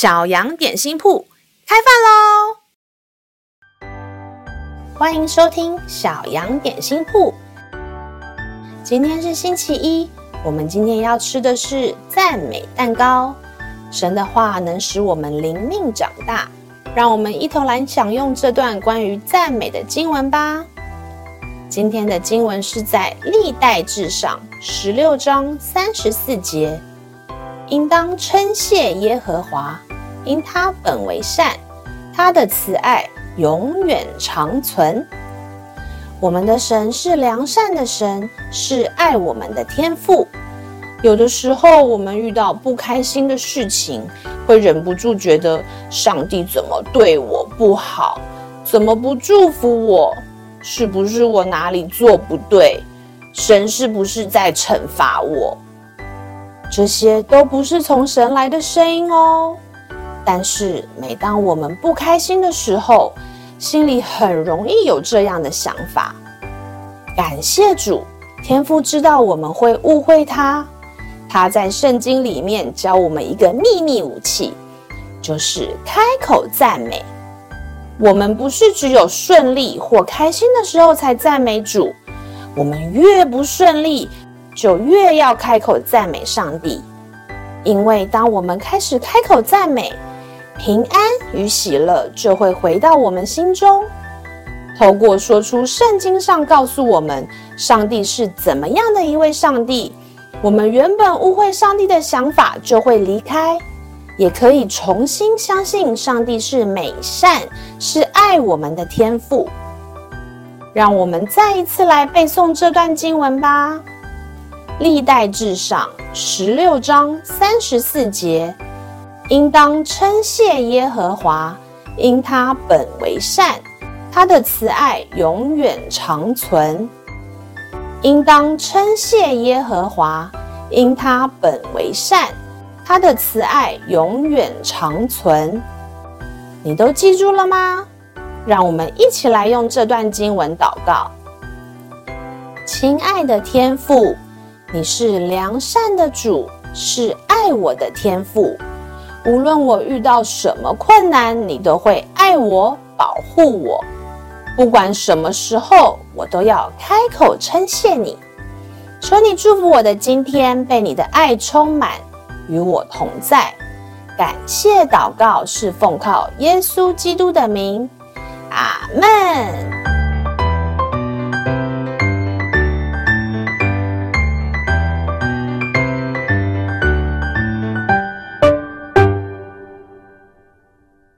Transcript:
小羊点心铺开饭喽！欢迎收听小羊点心铺。今天是星期一，我们今天要吃的是赞美蛋糕。神的话能使我们灵命长大，让我们一同来享用这段关于赞美的经文吧。今天的经文是在历代志上16章34节，应当称谢耶和华，因他本为善，他的慈爱永远长存。我们的神是良善的神，是爱我们的天父。有的时候我们遇到不开心的事情，会忍不住觉得上帝怎么对我不好，怎么不祝福我，是不是我哪里做不对，神是不是在惩罚我？这些都不是从神来的声音哦。但是每当我们不开心的时候，心里很容易有这样的想法。感谢主，天父知道我们会误会他，他在圣经里面教我们一个秘密武器，就是开口赞美。我们不是只有顺利或开心的时候才赞美主，我们越不顺利，就越要开口赞美上帝。因为当我们开始开口赞美，平安与喜乐就会回到我们心中。透过说出圣经上告诉我们上帝是怎么样的一位上帝，我们原本误会上帝的想法就会离开，也可以重新相信上帝是美善，是爱我们的天父。让我们再一次来背诵这段经文吧。历代志上16章34节，应当称谢耶和华，因他本为善，他的慈爱永远长存。应当称谢耶和华，因他本为善，他的慈爱永远长存。你都记住了吗？让我们一起来用这段经文祷告。亲爱的天父，你是良善的主，是爱我的天父。无论我遇到什么困难，你都会爱我，保护我。不管什么时候，我都要开口称谢你。求你祝福我的今天被你的爱充满，与我同在。感谢祷告是奉靠耶稣基督的名，阿们。